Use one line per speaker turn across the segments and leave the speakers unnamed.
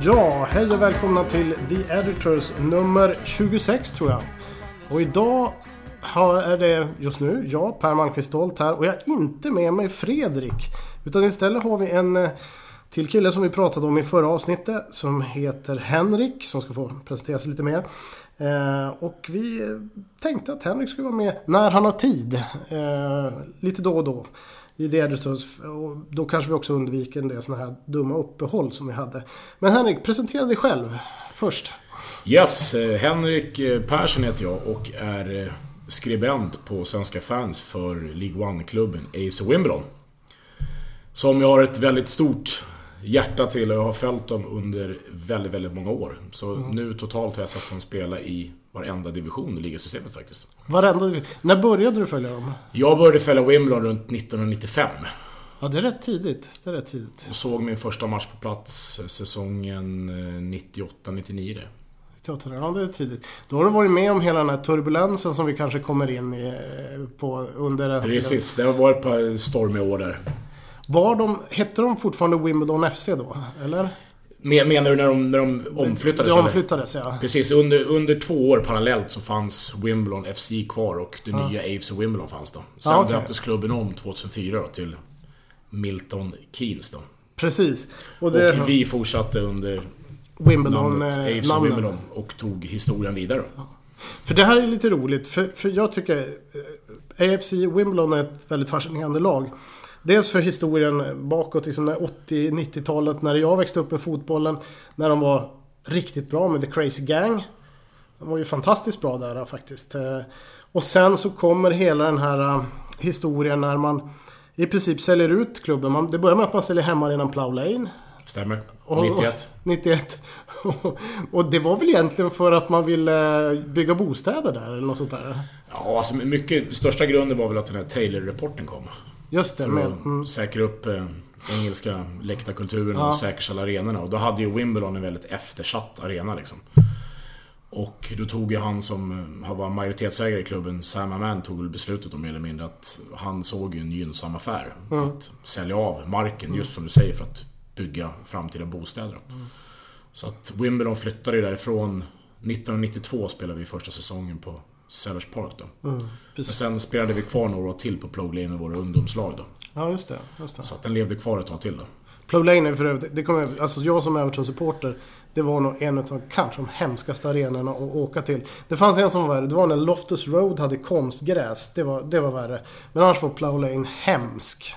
Ja, hej och välkomna till The Editors nummer 26 tror jag. Och idag är det just nu jag, Per Malmqvist Stolt här, och jag är inte med mig Fredrik. Utan istället har vi en till kille som vi pratade om i förra avsnittet som heter Henrik, som ska få presentera sig lite mer. Och vi tänkte att Henrik skulle vara med när han har tid, lite då och då i The Editors, och då kanske vi också undviker en del såna här dumma uppehåll som vi hade. Men Henrik, presentera dig själv först.
Yes, Henrik Persson heter jag och är skribent på Svenska Fans för League One-klubben AFC Wimbledon, som jag har ett väldigt stort hjärta till, och jag har följt dem under väldigt, väldigt många år. Så nu totalt har jag sett dem spela i varenda division i ligasystemet faktiskt.
Varenda division? När började du följa dem?
Jag började följa Wimbledon runt 1995.
Ja, det är rätt tidigt.
Och såg min första match på plats säsongen 98-99.
Ja, det är tidigt. Då har du varit med om hela den här turbulensen som vi kanske kommer in i på under den tiden.
Precis, det har varit ett par stormiga år där.
Hette de fortfarande Wimbledon FC då, eller?
Menar du när de omflyttades?
Det omflyttades, ja.
Precis, under 2 år parallellt så fanns Wimbledon FC kvar och det nya AFC Wimbledon fanns då. Sen döptes klubben om 2004 då, till Milton Keynes då.
Precis.
Och vi fortsatte under
Wimbledon,
AFC Wimbledon och tog historien vidare.
Ja. För det här är lite roligt, för jag tycker AFC Wimbledon är ett väldigt fascinerande lag. Dels för historien bakåt, liksom 80-90-talet när jag växte upp med fotbollen, när de var riktigt bra med The Crazy Gang. De var ju fantastiskt bra där faktiskt. Och sen så kommer hela den här historien när man i princip säljer ut klubben. Det börjar med att man säljer hemmarenan Plough Lane.
Stämmer.
91. Och det var väl egentligen för att man ville bygga bostäder där eller något sånt där?
Ja, alltså mycket, största grunden var väl att den här Taylor-rapporten kom.
Just det.
För att säkra upp engelska läktarkulturen och säkerställa arenorna. Och då hade ju Wimbledon en väldigt eftersatt arena liksom. Och då tog ju han som var majoritetsägare i klubben, Sam Aman, tog väl beslutet om mer eller mindre att han såg ju en gynnsam affär att sälja av marken, just som du säger, för att bygga framtida bostäder. Så att Wimbledon flyttade därifrån 1992, spelade vi första säsongen på Sellers Park då. Men sen spelade vi kvar några år till på Plough Lane med våra ungdomslag då.
Ja, just det.
Så att den levde kvar ett tag till då.
Plough Lane är för övrigt, alltså jag som Everton-supporter, det var nog en av kanske de hemskaste arenorna att åka till. Det fanns en som var värre, det var när Loftus Road hade konstgräs, det var värre. Men annars var Plough Lane hemsk.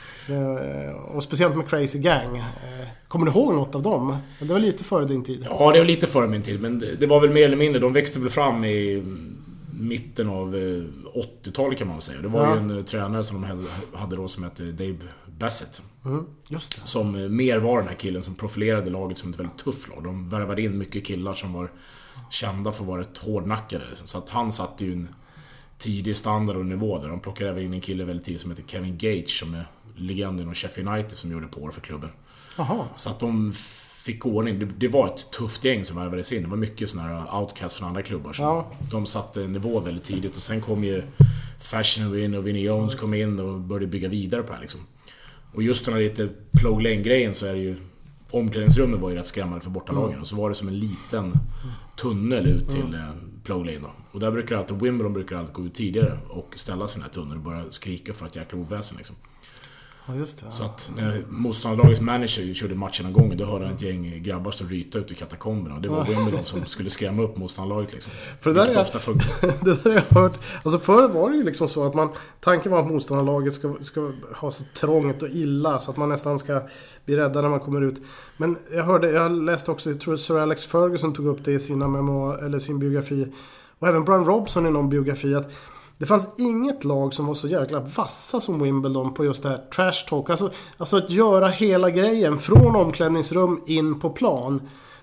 Och speciellt med Crazy Gang. Kommer du ihåg något av dem? Det var lite före din tid.
Ja, det var lite före min tid, men det var väl mer eller mindre, de växte väl fram i mitten av 80-talet kan man säga. Det var ju en tränare som de hade då som hette Dave Bassett.
Just det.
Som mer var den här killen som profilerade laget som ett väldigt tufft lag. De värvade in mycket killar som var kända för att vara ett hårdnackade. Så att han satte ju en tidig standard och nivå där. De plockade även in en kille väldigt tidigt som heter Kevin Gage, som är legenden och Sheffield United som gjorde på för klubben.
Aha.
Så att de fick ordning. Det var ett tufft gäng som värvades in. Det var mycket såna här outcasts från andra klubbar. Så de satte nivå väldigt tidigt. Och sen kom ju Fashion och Vinnie Jones kom in och började bygga vidare på det här liksom. Och just den här lite Plough Lane-grejen, så är det ju, omklädningsrummet var ju rätt skrämmande för bortalagen. Och så var det som en liten tunnel ut till Plough Lane då. Och där brukar alltid Wimbledon alltid gå ut tidigare och ställa sin här tunnel och börja skrika för ett jäkla oväsen liksom.
Ja, just det.
Så att när motståndarlagets manager körde matchen en gång, då hörde han ett gäng grabbar stå och ryta ut i katakomberna. Och det var Wimbledon som skulle skrämma upp motståndarlaget liksom.
För det där ofta funkar. Det där har jag hört. Alltså förr var det ju liksom så att tanken var att motståndarlaget ska ha så trångt och illa så att man nästan ska bli rädda när man kommer ut. Men jag läste också, jag tror Sir Alex Ferguson tog upp det i sin biografi, och även Brian Robson i någon biografi, att det fanns inget lag som var så jäkla vassa som Wimbledon på just det här trash talk. Alltså att göra hela grejen från omklädningsrum in på plan.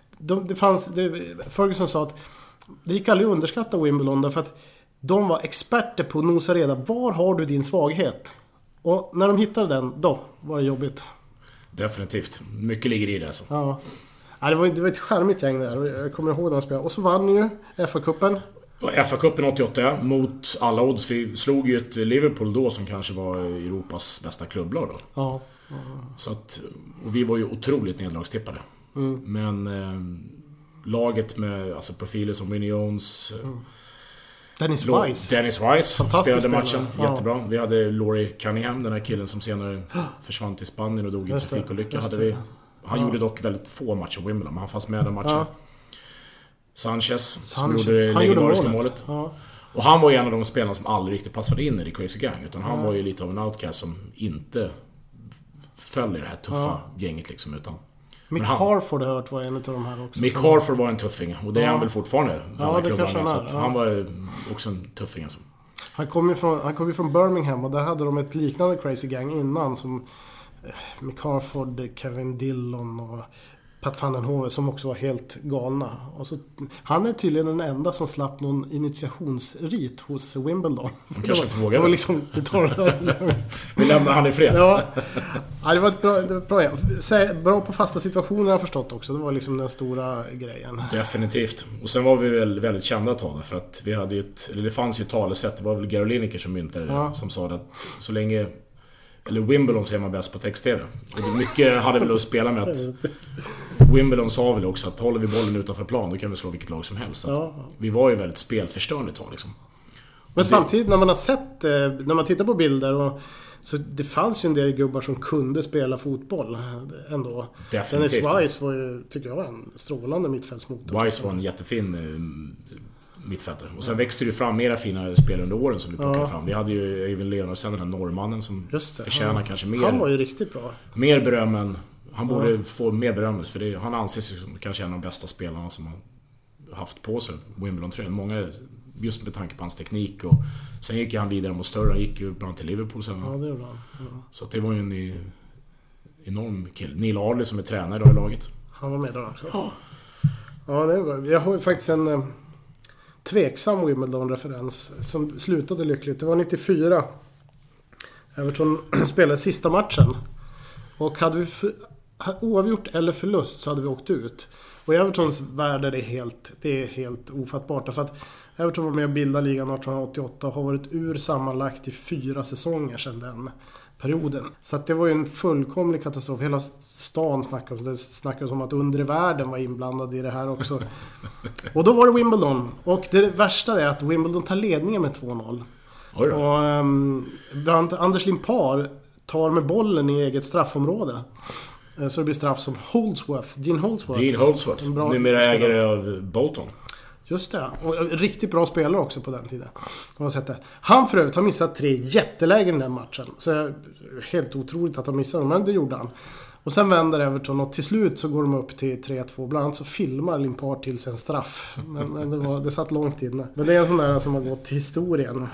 Ferguson sa att det gick aldrig att underskatta Wimbledon, därför att de var experter på att nosa reda. Var har du din svaghet? Och när de hittade den, då var det jobbigt.
Definitivt. Mycket ligger i det alltså.
Ja. Det var ett charmigt gäng där. Jag kommer ihåg när de spelade. Och så vann ju FA-cupen.
FA-cupen 88 mot alla odds. Vi slog ju ett Liverpool då som kanske var Europas bästa klubblag då.
Ja.
Så att, och vi var ju otroligt nedlagstippade. Men laget med alltså profiler som Winnie Jones,
Dennis Wise
spelade matchen jättebra. Vi hade Laurie Cunningham, den här killen som senare försvann till Spanien och dog i en trafikolycka. Han gjorde dock väldigt få matcher i Wimbledon, men han fanns med den matchen. Sanchez som gjorde det legendariska målet. Och han var ju en av de spelarna som aldrig riktigt passade in i The Crazy Gang, utan han var ju lite av en outcast som inte följer det här tuffa gänget liksom, utan
Mick Harford har hört var en av de här också.
Mick Harford var en tuffing, och det är han väl fortfarande.
Det kanske han är.
Han var också en tuffing alltså.
Han kom ju från Birmingham, och där hade de ett liknande Crazy Gang innan, som Mick Harford, Kevin Dillon och Pat van den Hove, som också var helt galna. Och så, han är tydligen den enda som slapp någon initiationsrit hos Wimbledon.
Han kanske inte vågade.
Det var liksom,
vi lämnar han i fred.
Ja, det var ett bra. Bra på fasta situationer, har jag förstått också. Det var liksom den stora grejen.
Definitivt. Och sen var vi väl väldigt kända ett tag, för att vi hade det fanns ju talesätt. Det var väl Gary Lineker som myntade det, som sa att så länge, eller Wimbledon ser man bäst på text-tv. Och mycket hade väl att spela med att Wimbledon sa väl också att håller vi bollen utanför plan, då kan vi slå vilket lag som helst. Vi var ju väldigt spelförstörande ett tag liksom.
Men samtidigt när man har sett, när man tittar på bilder, så det fanns ju en del gubbar som kunde spela fotboll ändå.
Definitivt.
Dennis Wise var ju, tycker jag, en strålande mittfältsmotor.
Wise var en jättefin mittfältare. Och sen växte det ju fram mera fina spel under åren som vi plockade fram. Vi hade ju Even Leonardsen, den här norrmannen som förtjänar kanske mer.
Han var ju riktigt bra.
Mer beröm än han borde få mer beröm, för han anses ju som kanske en av de bästa spelarna som har haft på sig Wimbledon-tröjan. Många, just med tanke på hans teknik, och sen gick han vidare mot större. Han gick ju bland annat till Liverpool sen.
Ja, det är bra.
Så att det var ju en enorm kille. Neil Ardley som är tränare då i laget.
Han var med där också. Ja, det är bra. Jag har ju faktiskt en tveksam Wimbledon-referens som slutade lyckligt. Det var 94. Everton spelade sista matchen. Och hade vi oavgjort eller förlust så hade vi åkt ut. Och i Evertons värld är det helt ofattbart. För att Everton var med och bildade ligan 1888 och har varit ur sammanlagt i 4 säsonger sedan den perioden. Så att det var ju en fullkomlig katastrof. Hela stan snackades om att undre världen var inblandad i det här också. Och då var det Wimbledon. Och det värsta är att Wimbledon tar ledningen med 2-0. Och bland Anders Limpar tar med bollen i eget straffområde. Så det blir straff som Dean Holdsworth.
Numera ägare av Bolton.
Just det, och riktigt bra spelare också på den tiden. Han för övrigt har missat 3 jättelägen den matchen. Så det är helt otroligt att han missade dem, men det gjorde han. Och sen vänder Everton, och till slut så går de upp till 3-2. Bland annat så filmar Limpar till sin straff. Men det satt långt inne. Men det är en sån där som har gått till historien.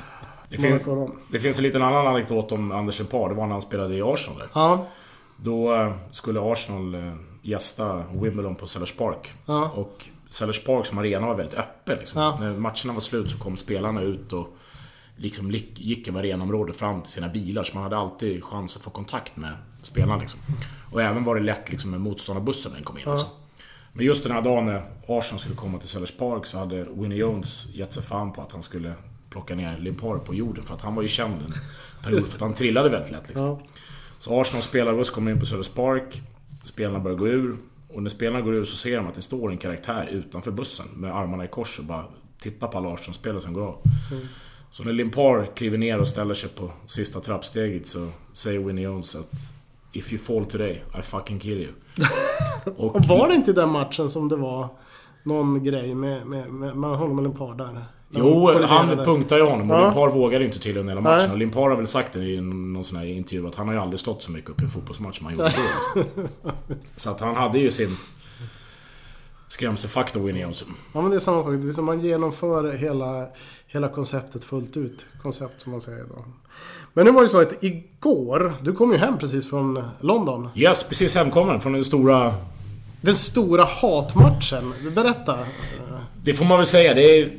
Det finns en liten annan anekdot om Anders Limpar. Det var när han spelade i Arsenal där.
Ja.
Då skulle Arsenal gästa Wimbledon på Sellers Park.
Ja.
Och Sellers Park som arena var väldigt öppen liksom.
Ja.
När matcherna var slut så kom spelarna ut och liksom gick över arenområdet fram till sina bilar, så man hade alltid chans att få kontakt med spelarna liksom. Och även var det lätt liksom med motståndarbussen när den kom in också. Men just den här dagen när Arsenal skulle komma till Sellers Park så hade Winnie Jones gett sig fan på att han skulle plocka ner Limpar på jorden, för att han var ju känd en period för att han trillade väldigt lätt liksom. Så Arsenal spelarbuss kommer in på Sellers Park, spelarna börjar gå ur, och när spelarna går ur så ser de att det står en karaktär utanför bussen med armarna i kors och bara tittar på alla Arsenal-spelare som går av. Så när Limpar kliver ner och ställer sig på sista trappsteget så säger Winnie Jones att if you fall today, I fucking kill you.
Och var det inte den matchen som det var någon grej med honom och Limpar där?
Jo, han punktade ju honom och Limpar vågade inte till under hela matchen. Nej. Och Limpar har väl sagt det i någon sån här intervju att han har ju aldrig stått så mycket upp i en fotbollsmatch som han gjorde då. Så att han hade ju sin skrämselfaktor Winnie Jones.
Ja, men det är samma sak. Det är som man genomför hela konceptet fullt ut. Koncept som man säger då. Men nu var det så att igår, du kom ju hem precis från London.
Yes, precis hemkommen från den stora hatmatchen. Berätta. Det får man väl säga. Det är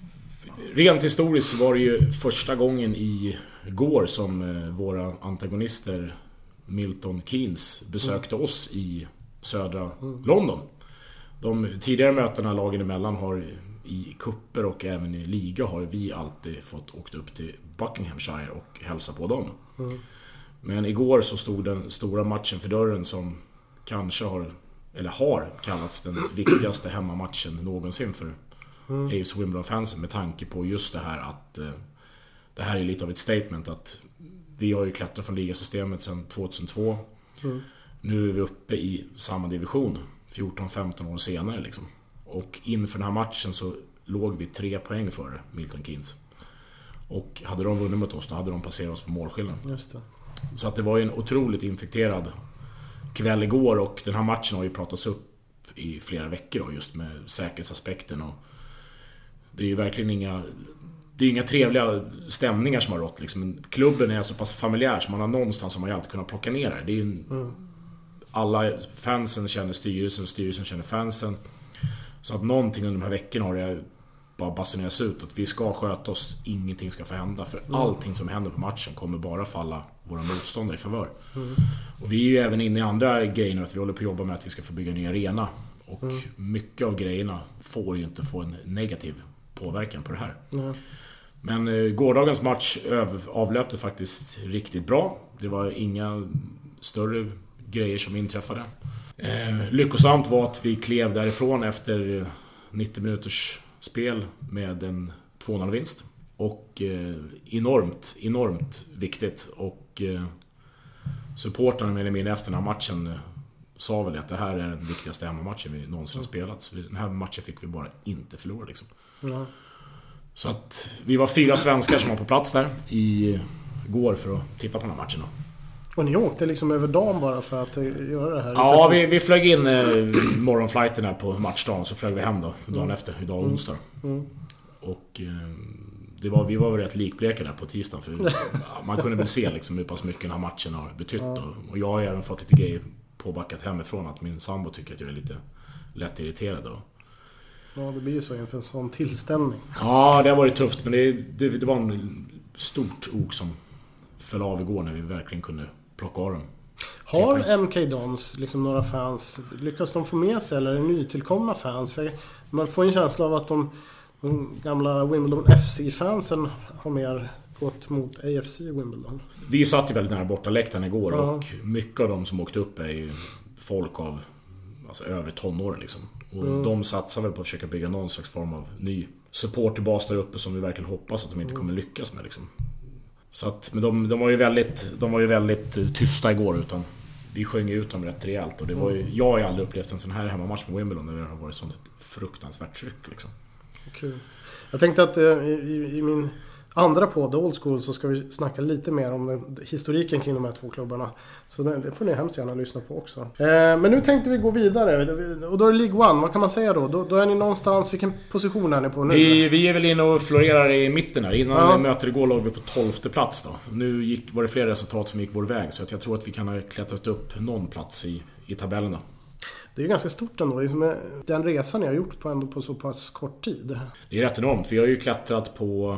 rent historiskt var det ju första gången igår som våra antagonister Milton Keynes besökte oss i södra London. De tidigare mötena lagen emellan har i kupper och även i liga har vi alltid fått åkt upp till Buckinghamshire och hälsa på dem. Men igår så stod den stora matchen för dörren som kanske har eller har kallats den viktigaste hemmamatchen någonsin för AFC Wimbledon-fansen, med tanke på just det här att det här är lite av ett statement att vi har ju klättrat från ligasystemet sedan 2002. Nu är vi uppe i samma division 14-15 år senare liksom. Och inför den här matchen så låg vi 3 poäng före Milton Keynes. Och hade de vunnit mot oss, då hade de passerat oss på målskillnaden.
Just det.
Så att det var ju en otroligt infekterad kväll igår, och den här matchen har ju pratats upp i flera veckor då, just med säkerhetsaspekten, och det är ju verkligen inga trevliga stämningar som har rått liksom. Klubben är så pass familjär så man har någonstans som man alltid kunnat plocka ner det. Det är ju alla fansen känner styrelsen känner fansen. Så att någonting under de här veckorna har det bara basunerats ut att vi ska sköta oss, ingenting ska få hända, för allting som händer på matchen kommer bara falla våra motståndare i favör. Och vi är ju även inne i andra grejer nu, att vi håller på att jobba med att vi ska få bygga en ny arena, och mycket av grejerna får ju inte få en negativ påverkan på det här. Men gårdagens match avlöpte faktiskt riktigt bra. Det var inga större grejer som inträffade. Lyckosamt var att vi klev därifrån efter 90 minuters spel med en 2-0-vinst. Och enormt viktigt. Och supportarna med eller mindre efter den här matchen sa väl att det här är den viktigaste hemmamatchen vi någonsin har spelat. Den här matchen fick vi bara inte förlora liksom. Så att vi var 4 svenskar som var på plats där igår för att titta på den här matchen då.
Och ni åkte liksom över dagen bara för att göra det här?
Ja, vi flög in morgonflighterna på matchdagen, så flög vi hem då dagen efter, idag onsdag. Och vi var väl rätt likbleka där på tisdagen, för man kunde väl se liksom hur pass mycket den här matchen har betytt. Och jag har även fått lite grejer påbackat hemifrån att min sambo tycker att jag är lite lätt irriterad då.
Ja, det blir ju så inför en sån tillställning.
Ja, det har varit tufft, men det var en stort ok som föll av igår när vi verkligen kunde plocka av dem.
Har MK Dons liksom några fans, lyckas de få med sig, eller är det nytillkomna fans? För man får en känsla av att de gamla Wimbledon FC-fansen har mer gått mot AFC Wimbledon.
Vi satt ju väldigt nära bortaläktaren igår, och mycket av de som åkte upp är ju folk av över tonåren liksom. Och de satsar väl på att försöka bygga någon slags form av ny supporterbas där uppe som vi verkligen hoppas att de inte kommer lyckas med liksom. Så att, men de var ju väldigt tysta igår, utan vi sjöng ut dem rätt rejält, och det var ju, jag har ju aldrig upplevt en sån här hemmamatch med Wimbledon där det har varit sånt ett fruktansvärt tryck liksom.
Kul. Jag tänkte att i min andra podd, Old School, så ska vi snacka lite mer om historiken kring de här 2 klubbarna. Så det får ni hemskt gärna lyssna på också. Men nu tänkte vi gå vidare. Och då är det League One, vad kan man säga då? Då är ni någonstans, vilken position är ni på nu?
Vi är väl inne och florerar i mitten här. Innan vi möter igår låg vi på 12:e plats då. Nu var det flera resultat som gick vår väg, så att jag tror att vi kan ha klättrat upp någon plats i tabellen då. Det
är ju ganska stort ändå, liksom den resan ni har gjort på så pass kort tid.
Det är rätt enormt. Vi har ju klättrat på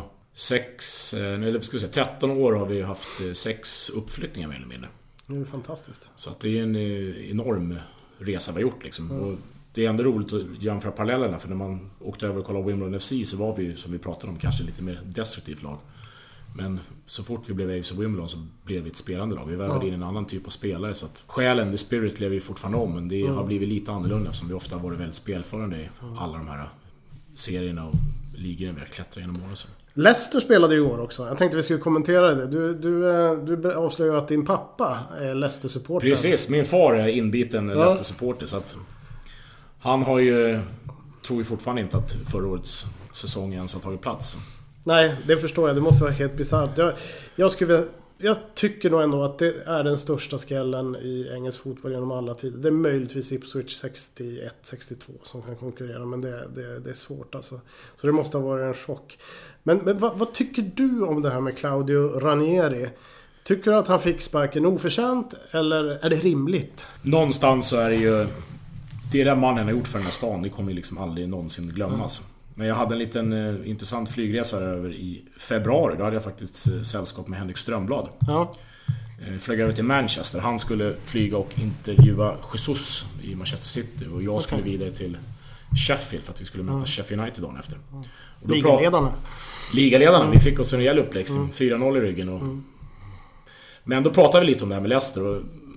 13 år har vi haft 6 uppflyttningar mer eller mindre.
Det är fantastiskt.
Så att det är en enorm resa vi har gjort liksom. Och det är ändå roligt att jämföra parallellerna, för när man åkte över och kollade Wimbledon FC så var vi, som vi pratade om, kanske lite mer destruktivt lag. Men så fort vi blev AFC Wimbledon så blev vi ett spelande lag. Vi värvade in en annan typ av spelare, så att själen, the spirit, lever vi fortfarande om, men det har blivit lite annorlunda eftersom vi ofta har varit väldigt spelförande i alla de här serierna och ligorna vi har klättrat genom åren.
Leicester spelade i år också. Jag tänkte vi skulle kommentera det. Du avslöjar att din pappa är Leicester-supporter.
Precis, min far är inbiten Leicester-supporter, så att han har ju, tror ju fortfarande inte att förra årets säsong ens har tagit plats.
Nej, det förstår jag. Det måste vara helt bisarrt. Jag tycker nog ändå att det är den största skallen i engelsk fotboll genom alla tider. Det är möjligtvis Ipswich 61-62 som kan konkurrera, men det är svårt alltså. Så det måste ha varit en chock. Men vad tycker du om det här med Claudio Ranieri? Tycker du att han fick sparken oförtjänt, eller är det rimligt?
Någonstans så är det ju, det där mannen har gjort för den här stan, det kommer ju liksom aldrig någonsin glömmas. Men jag hade en liten intressant flygresa över i februari. Då hade jag faktiskt sällskap med Henrik Strömblad.
Ja.
Flög över till Manchester. Han skulle flyga och intervjua Jesus i Manchester City. Och jag skulle vidare till Sheffield för att vi skulle möta Sheffield United dagen efter. Och då Ligaledarna. Vi fick oss en rejäl uppläxning. 4-0 i ryggen. Men då pratade vi lite om det här med Leicester. Och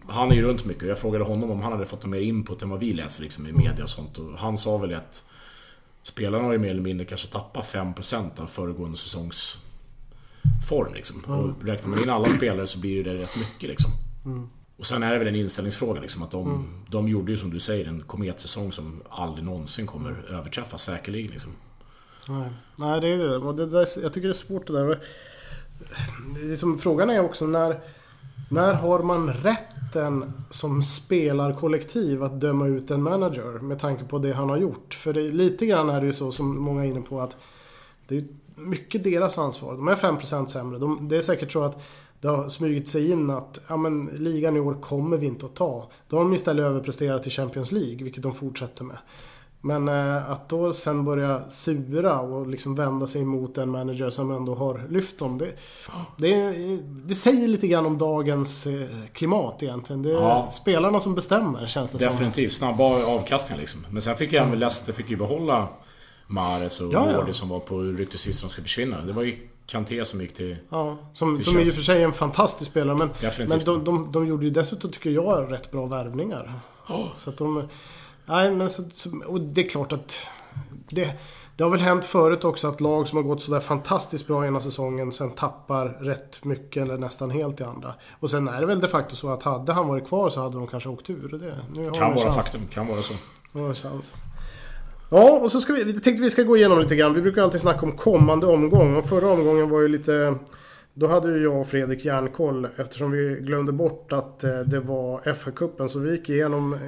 han är ju runt mycket. Jag frågade honom om han hade fått mer input än vad vi läser liksom, i media och sånt. Och han sa väl att spelarna har ju mer eller mindre kanske tappat 5% av föregående säsongs form liksom. Och räknar man in alla spelare så blir det rätt mycket liksom. Och sen är det väl en inställningsfråga liksom, att de gjorde ju som du säger en kometsäsong som aldrig någonsin kommer överträffas säkerligen liksom.
Nej, det är det. Och det där, jag tycker det är svårt det där. Liksom, frågan är också när har man rätten som spelarkollektiv att döma ut en manager med tanke på det han har gjort? För det, lite grann är det ju så som många är inne på att det är mycket deras ansvar. De är 5% sämre. Det är säkert så att det har smugit sig in att ligan i år kommer vi inte att ta. Då har de istället överpresterat i Champions League, vilket de fortsätter med. Men att då sen börja sura och liksom vända sig mot en manager som ändå har lyft dem. Det säger lite grann om dagens klimat egentligen. Det är spelarna som bestämmer, känns det
definitivt,
som.
snabba avkastningar liksom. Men sen fick jag väl Leicester fick ju behålla Mahrez och Wardy som var på rykteslistan som ska försvinna. Det var ju Kanté som gick till... Ja,
som i och för sig är en fantastisk spelare. Men de gjorde ju dessutom, tycker jag, rätt bra värvningar. Så att de... Nej, men och det är klart att det har väl hänt förut också att lag som har gått så där fantastiskt bra ena säsongen sen tappar rätt mycket eller nästan helt i andra. Och sen är det väl de facto så att hade han varit kvar så hade de kanske åkt ur.
Kan vara faktum, kan vara så.
Det har en chans. Ja, och så tänkte vi ska gå igenom lite grann. Vi brukar alltid snacka om kommande omgång. Och förra omgången var ju lite... Då hade ju jag och Fredrik järnkoll eftersom vi glömde bort att det var FA-cupen. Så vi gick igenom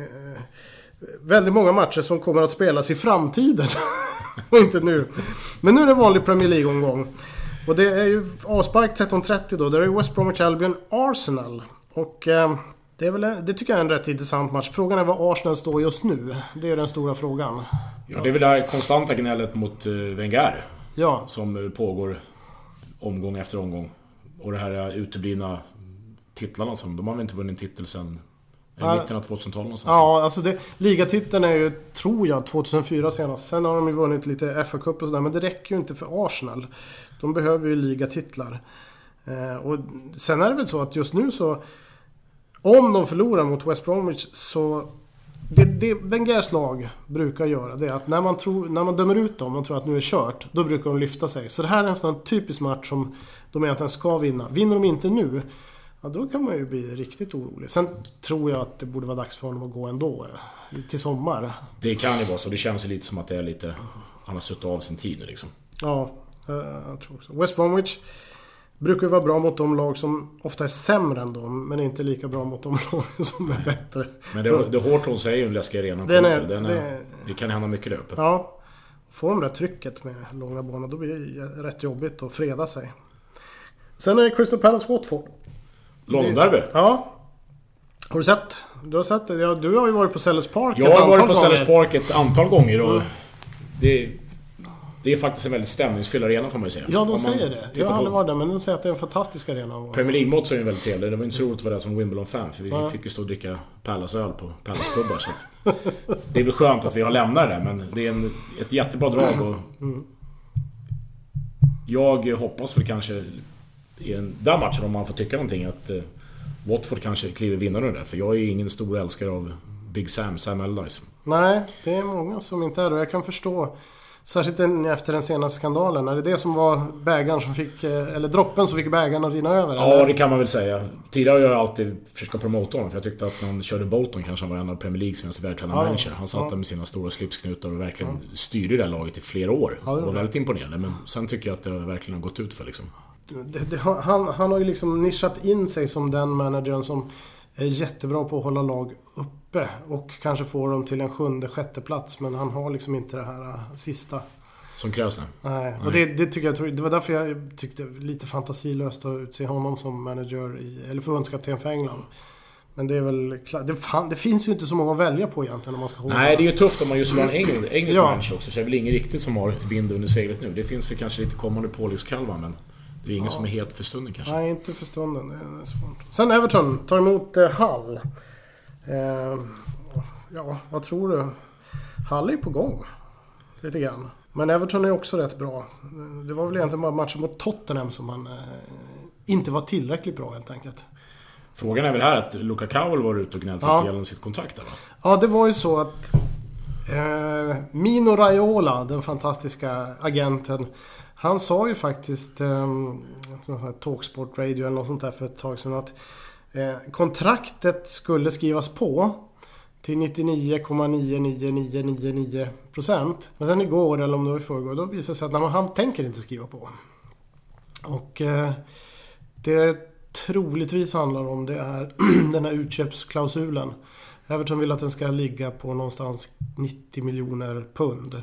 väldigt många matcher som kommer att spelas i framtiden. Och inte nu. Men nu är det vanlig Premier League-omgång. Och det är ju avspark 13:30 då. Där är West Bromwich Albion Arsenal. Och... Det tycker jag är en rätt intressant match. Frågan är vad Arsenal står just nu. Det är den stora frågan.
Ja, det är väl det här konstanta gnället mot Wenger.
Ja.
Som pågår omgång efter omgång. Och det här uteblivna titlarna som de har väl inte vunnit titel sen mitten av 2000-talet någonstans.
Ja, alltså ligatiteln är ju, tror jag, 2004 senast. Sen har de ju vunnit lite FA-cup och sådär. Men det räcker ju inte för Arsenal. De behöver ju ligatitlar. Och sen är det väl så att just nu så... Om de förlorar mot West Bromwich så... Det Wengers lag brukar göra det är att när man dömer ut dem och tror att nu är kört, då brukar de lyfta sig. Så det här är en sån typisk match som de egentligen ska vinna. Vinner de inte nu, ja, då kan man ju bli riktigt orolig. Sen tror jag att det borde vara dags för honom att gå ändå till sommar.
Det kan ju vara så. Det känns ju lite som att det är lite... Han har suttit av sin tid nu liksom.
Ja, jag tror också. West Bromwich brukar ju vara bra mot de lag som ofta är sämre än dem, men inte lika bra mot de lag som är bättre. Men
det Hortons är ju en läskig arena. Det kan hända mycket där uppe.
Ja, får de det trycket med långa banor, då blir det rätt jobbigt att freda sig. Sen är det Crystal Palace Watford.
Långderby.
Ja. Har du sett? Du har sett det? Ja, du har ju varit på Sellers Park.
Jag har varit på Sellers Park ett antal gånger och det är faktiskt en väldigt stämningsfull arena får man ju säga.
Ja, de säger det. Jag har aldrig varit där, men de säger att det är en fantastisk arena.
Premier League-mått är ju väldigt trevlig. Det var inte så roligt att vara där som Wimbledon-fan, för vi fick ju stå och dricka Palace-öl på Palace-pubbar. Så att det är väl skönt att vi har lämnat det där, men det är ett jättebra drag. Och jag hoppas väl kanske i den där matchen, om man får tycka någonting, att Watford kanske kliver vinnaren där. För jag är ju ingen stor älskare av Big Sam Allardyce.
Nej, det är många som inte är det. Jag kan förstå... Särskilt efter den senaste skandalen. Är det det som var bägaren som fick... Eller droppen som fick bägaren att rinna över?
Ja,
eller?
Det kan man väl säga. Tidigare har jag alltid försökt promota honom. För jag tyckte att när han körde Bolton kanske han var en av Premier Leagues mest välklädda manager. Han satt där med sina stora slipsknutar och verkligen styrde det här laget i flera år. Det var väldigt imponerande. Men sen tycker jag att det verkligen har gått ut för liksom.
Han har ju liksom nischat in sig som den managern som är jättebra på att hålla lag uppe. Och kanske får dem till en 7:e, 6:e plats. Men han har liksom inte det här sista.
Som krävs.
Nej. Och det tycker jag, det var därför jag tyckte lite fantasilöst att utse honom som manager eller förbundskapten för England. Men det är väl det finns ju inte så många att välja på egentligen om man ska hålla.
Nej, det är ju tufft om man just vill ha en engelsk manager också. Så det är väl ingen riktigt som har vind under seglet nu. Det finns för kanske lite kommande påläggskalvar, men det är ingen som är helt för stunden kanske.
Nej, inte för stunden. Det är svårt. Sen Everton tar emot Hull. Ja, vad tror du? Hull är på gång. Lite grann. Men Everton är också rätt bra. Det var väl egentligen bara matchen mot Tottenham som man inte var tillräckligt bra helt enkelt.
Frågan är väl här att Luka Cowell var ute och gnällt för att gälla sitt kontrakt där, va?
Ja, det var ju så att Mino Raiola, den fantastiska agenten, han sa ju faktiskt Talksport Radio eller något sånt där för ett tag sedan att kontraktet skulle skrivas på till 99,99999%. Men sen igår, eller om det var i förrgår, då visade det sig att han tänker inte skriva på. Och det troligtvis handlar om det är den här utköpsklausulen. Everton vill att den ska ligga på någonstans 90 miljoner pund.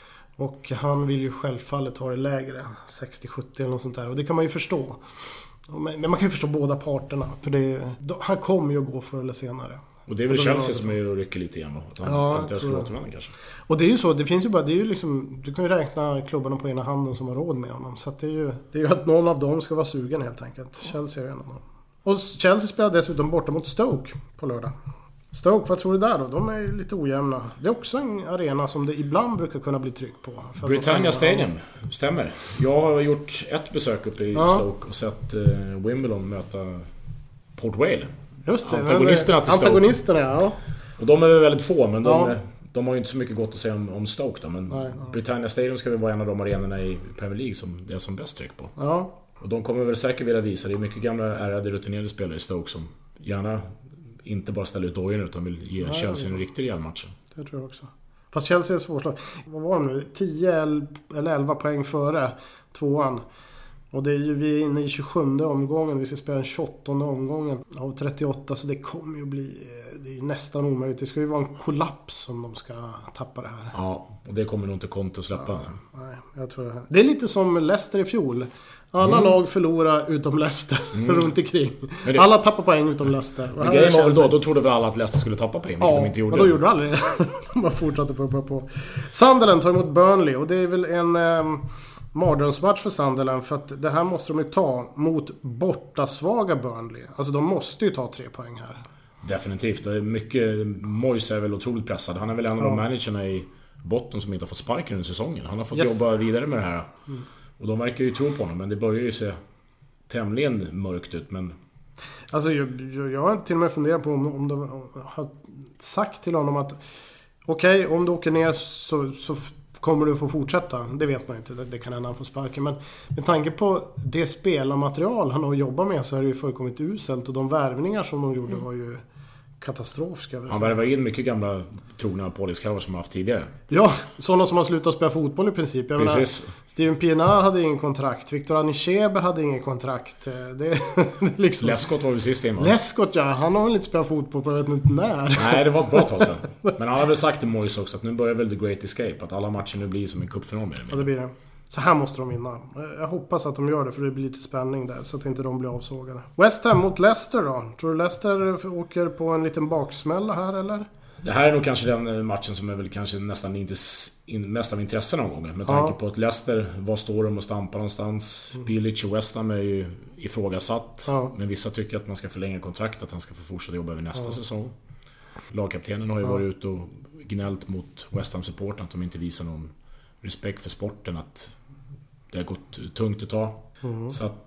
Och han vill ju självfallet ha det lägre, 60-70 eller något sånt där. Och det kan man ju förstå. Men man kan ju förstå båda parterna. För han kommer ju att gå förr eller senare.
Och det är väl Chelsea som är och rycker lite igen då. Att han inte skulle återvända kanske.
Och det är ju så, det finns ju bara, det är ju liksom, du kan ju räkna klubbarna på ena handen som har råd med honom. Så att det är ju att någon av dem ska vara sugen helt enkelt. Chelsea är en av dem. Och Chelsea spelar dessutom borta mot Stoke på lördag. Stoke, vad tror du där då? De är ju lite ojämna. Det är också en arena som det ibland brukar kunna bli tryck på.
Britannia Stadium, stämmer. Jag har gjort ett besök uppe i Stoke och sett Wimbledon möta Port Vale.
Just det,
antagonisterna till Stoke.
Antagonisterna, ja.
Och de är väl väldigt få, men de har ju inte så mycket gott att säga om Stoke då. Men Britannia Stadium ska väl vara en av de arenorna i Premier League som det är som bäst tryck på.
Ja.
Och de kommer väl säkert vilja visa. Det är mycket gamla ärade rutinerade spelare i Stoke som gärna inte bara ställer ut dojen utan vill ge Chelsea en riktig rejäl match.
Det tror jag också. Fast Chelsea är svårslag. Vad var det nu? 10 eller 11 poäng före tvåan. Och det är ju, vi är inne i 27 omgången. Vi ska spela den 28 omgången av 38. Så det kommer ju bli, det är nästan omöjligt. Det ska ju vara en kollaps om de ska tappa det här.
Ja, och det kommer nog inte Conte att släppa.
Nej, jag tror det. Det är lite som Leicester i fjol. Alla lag förlorar utom Leicester runt omkring. Alla tappar poäng utom Leicester.
Men grejen var väl då trodde väl alla att Leicester skulle tappa poäng, vilket de inte gjorde.
Ja, då gjorde de aldrig det. De bara fortsatte på. Sunderland tar emot Burnley och det är väl en mardrömsmatch för Sunderland, för att det här måste de ju ta mot bortasvaga Burnley. Alltså de måste ju ta 3 poäng här.
Definitivt. Det är mycket. Moyes är väl otroligt pressad. Han är väl en av de managerna i botten som inte har fått sparken under säsongen. Han har fått jobba vidare med det här. Och de verkar ju tro på honom, men det börjar ju se tämligen mörkt ut. Men
alltså jag har till och med funderat på om de har sagt till honom att okej, om du åker ner så kommer du få fortsätta. Det vet man inte, det kan hända han får sparken. Men med tanke på det spelarmaterial han har jobbat med så är det ju fullkomligt uselt. Och de värvningar som de gjorde var ju katastrof, ska jag väl säga.
Han värvar in mycket gamla trogna poliskavar som har haft tidigare.
Ja, sådana som har slutat spela fotboll i princip. Jag menar, Steven Pienaar hade ingen kontrakt. Victor Anichebe hade ingen kontrakt. Det liksom...
Lescott var väl sist in, va?
Lescott, ja. Han har väl inte spelat fotboll på jag vet inte när.
Nej, det var ett bra tag sedan. Men han har väl sagt till Moyes också att nu börjar väl The Great Escape. Att alla matcher nu blir som en cupfinal med det.
Ja, det blir det. Så här måste de vinna. Jag hoppas att de gör det, för det blir lite spänning där. Så att inte de blir avsågade. West Ham mot Leicester då. Tror du Leicester åker på en liten baksmälla här, eller?
Det här är nog kanske den matchen som är väl kanske nästan inte mest av intresse någon gång. Med tanke på att Leicester, var står de och stampar någonstans? Bilic och West Ham är ju ifrågasatt. Men vissa tycker att man ska förlänga kontrakt, att han ska få fortsätta jobba över nästa säsong. Lagkaptenen har ju varit ute och gnällt mot West Ham-supporten att de inte visar någon respekt för sporten, att det har gått tungt att ta. Så att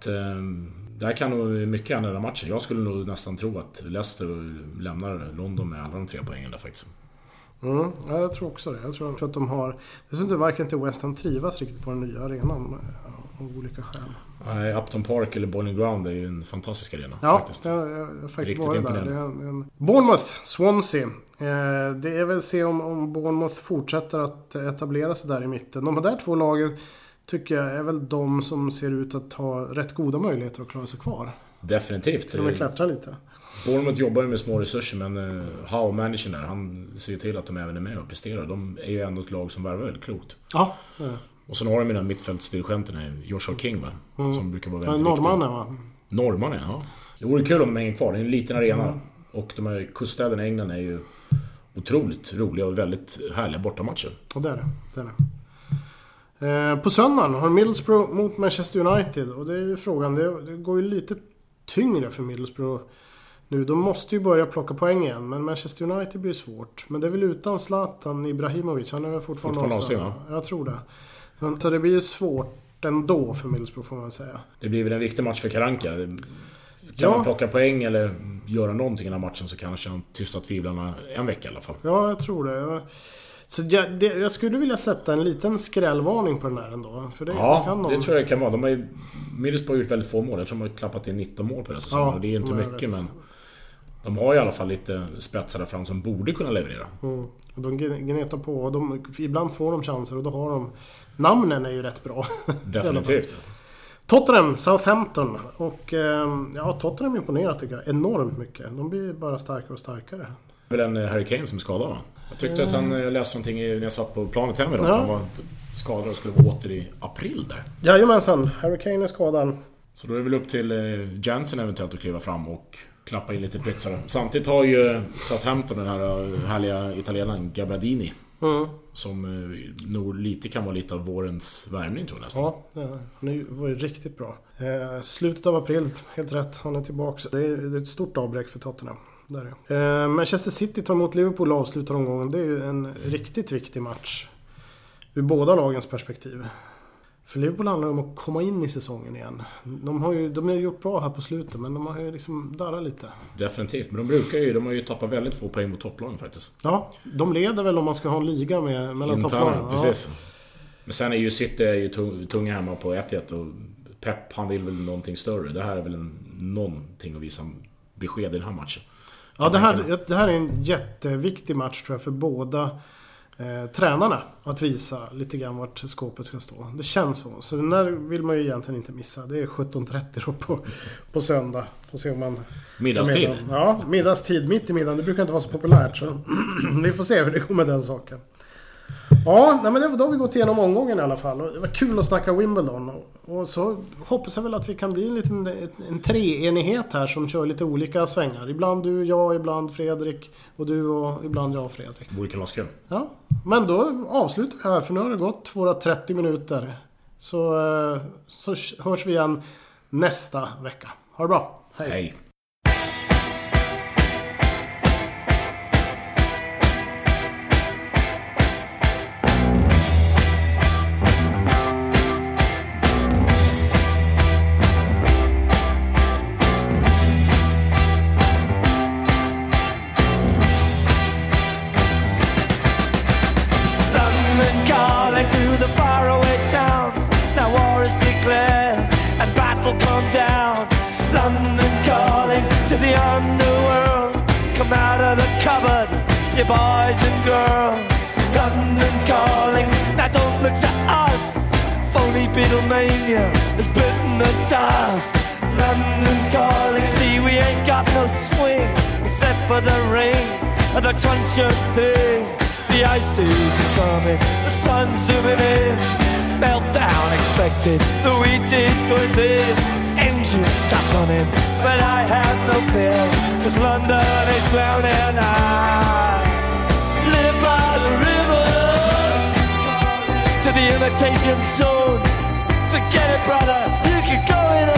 där kan nog mycket ändra matchen. Jag skulle nog nästan tro att Leicester lämnar London med alla de 3 poängen där faktiskt.
Ja, jag tror också det. Jag tror att de har... Det syns inte varken till West Ham trivas riktigt på den nya arenan av olika skäl.
Nej, Upton Park eller Boiling Ground är ju en fantastisk arena faktiskt.
Ja, jag faktiskt varit där. Det är Bournemouth, Swansea. Det är väl se om Bournemouth fortsätter att etablera sig där i mitten. De där 2 lagen tycker jag är väl de som ser ut att ha rätt goda möjligheter att klara sig kvar.
Definitivt.
Så de klättrar lite.
Bournemouth jobbar ju med små resurser, men Howe-managern där, han ser ju till att de även är med och presterar. De är ju ändå ett lag som värvar väldigt klokt.
Ja.
Och sen har de mina mittfältsdirigenterna, Joshua King, va? Som brukar vara väldigt
norrmannen, va?
Norrmannen, ja. Det vore kul om de hänger kvar. Det är en liten arena. Och de här kuststäderna i England är ju otroligt roliga och väldigt härliga bortamatcher.
Och det är det. På söndagen har Middlesbrough mot Manchester United. Och det är ju frågan, det går ju lite tyngre för Middlesbrough nu. De måste ju börja plocka poäng igen. Men Manchester United blir svårt. Men det är väl utan Zlatan Ibrahimovic. Han är väl fortfarande avstängd, va? Jag tror det. Så det blir ju svårt ändå för Middlesbrough, får man säga.
Det blir väl en viktig match för Karanka. Kan man plocka poäng eller göra någonting i den här matchen så kanske han tystar tvivlarna en vecka i alla fall.
Ja, jag tror det. Så jag skulle vilja sätta en liten skrällvarning på den här ändå. För det,
det tror jag det kan vara. De har ju Middlesbrough gjort väldigt få mål. Jag tror de har klappat in 19 mål på den säsongen. Och det är inte mycket, men de har i alla fall lite spetsar där fram som borde kunna leverera.
De gnetar på och ibland får de chanser och då har de... Namnen är ju rätt bra.
Definitivt.
Tottenham, Southampton. Och Tottenham imponerar tycker jag enormt mycket. De blir bara starkare och starkare.
Det är väl en Harry Kane som är skadad, va? Jag tyckte att jag läste någonting när jag satt på planet hem idag. Att han var skadad och skulle vara åter i april där.
Jajamensan, Harry Kane är skadad.
Så då är det väl upp till Jansen eventuellt att kliva fram och klappa in lite plitsare. Samtidigt har ju Southampton den här härliga italienaren Gabardini. Som nog lite kan vara lite av vårens värmning tror jag nästan.
Ja, han var ju riktigt bra. Slutet av april, helt rätt. Han är tillbaka. Det är ett stort avbräck för Tottenham. Där Manchester City tar emot Liverpool och avslutar omgången. Det är ju en riktigt viktig match ur båda lagens perspektiv. För Liverpool handlar om att komma in i säsongen igen. De har ju gjort bra här på slutet, men de har ju liksom darrat lite.
Definitivt, men de har ju tappat väldigt få poäng mot topplagen faktiskt.
Ja, de leder väl om man ska ha en liga mellan topplagen.
Precis. Men sen är ju City tunga hemma på 1-1 och Pep, han vill väl någonting större. Det här är väl någonting att visa besked i den här matchen.
Ja, det här är en jätteviktig match tror jag för båda tränarna att visa lite grann vart skåpet ska stå. Det känns så den där vill man ju egentligen inte missa. Det är 17:30 då på söndag. Får se om man...
Middagstid?
Ja, middagstid. Mitt i middagen. Det brukar inte vara så populärt. Så vi får se hur det går med den saken. Ja, men då har vi gått igenom omgången i alla fall. Och det var kul att snacka Wimbledon. Och så hoppas jag väl att vi kan bli en treenighet här som kör lite olika svängar. Ibland du, jag, ibland Fredrik. Och du och ibland jag och Fredrik.
Borde kunna vara kul.
Ja, men då avslutar vi här för nu har det gått våra 30 minuter. Så hörs vi igen nästa vecka. Ha det bra. Hej.
You boys and girls, London calling. Now don't look to us. Phony Beatlemania has bitten the dust. London calling. See, we ain't got no swing except for the ring and the truncheon thing. The ice age is coming. The sun's zooming in. Meltdown expected. The wheat is going thin. Engines stop running, but I have no fear, 'cause London is drowning. I live by the river to the imitation zone. Forget it, brother, you can go it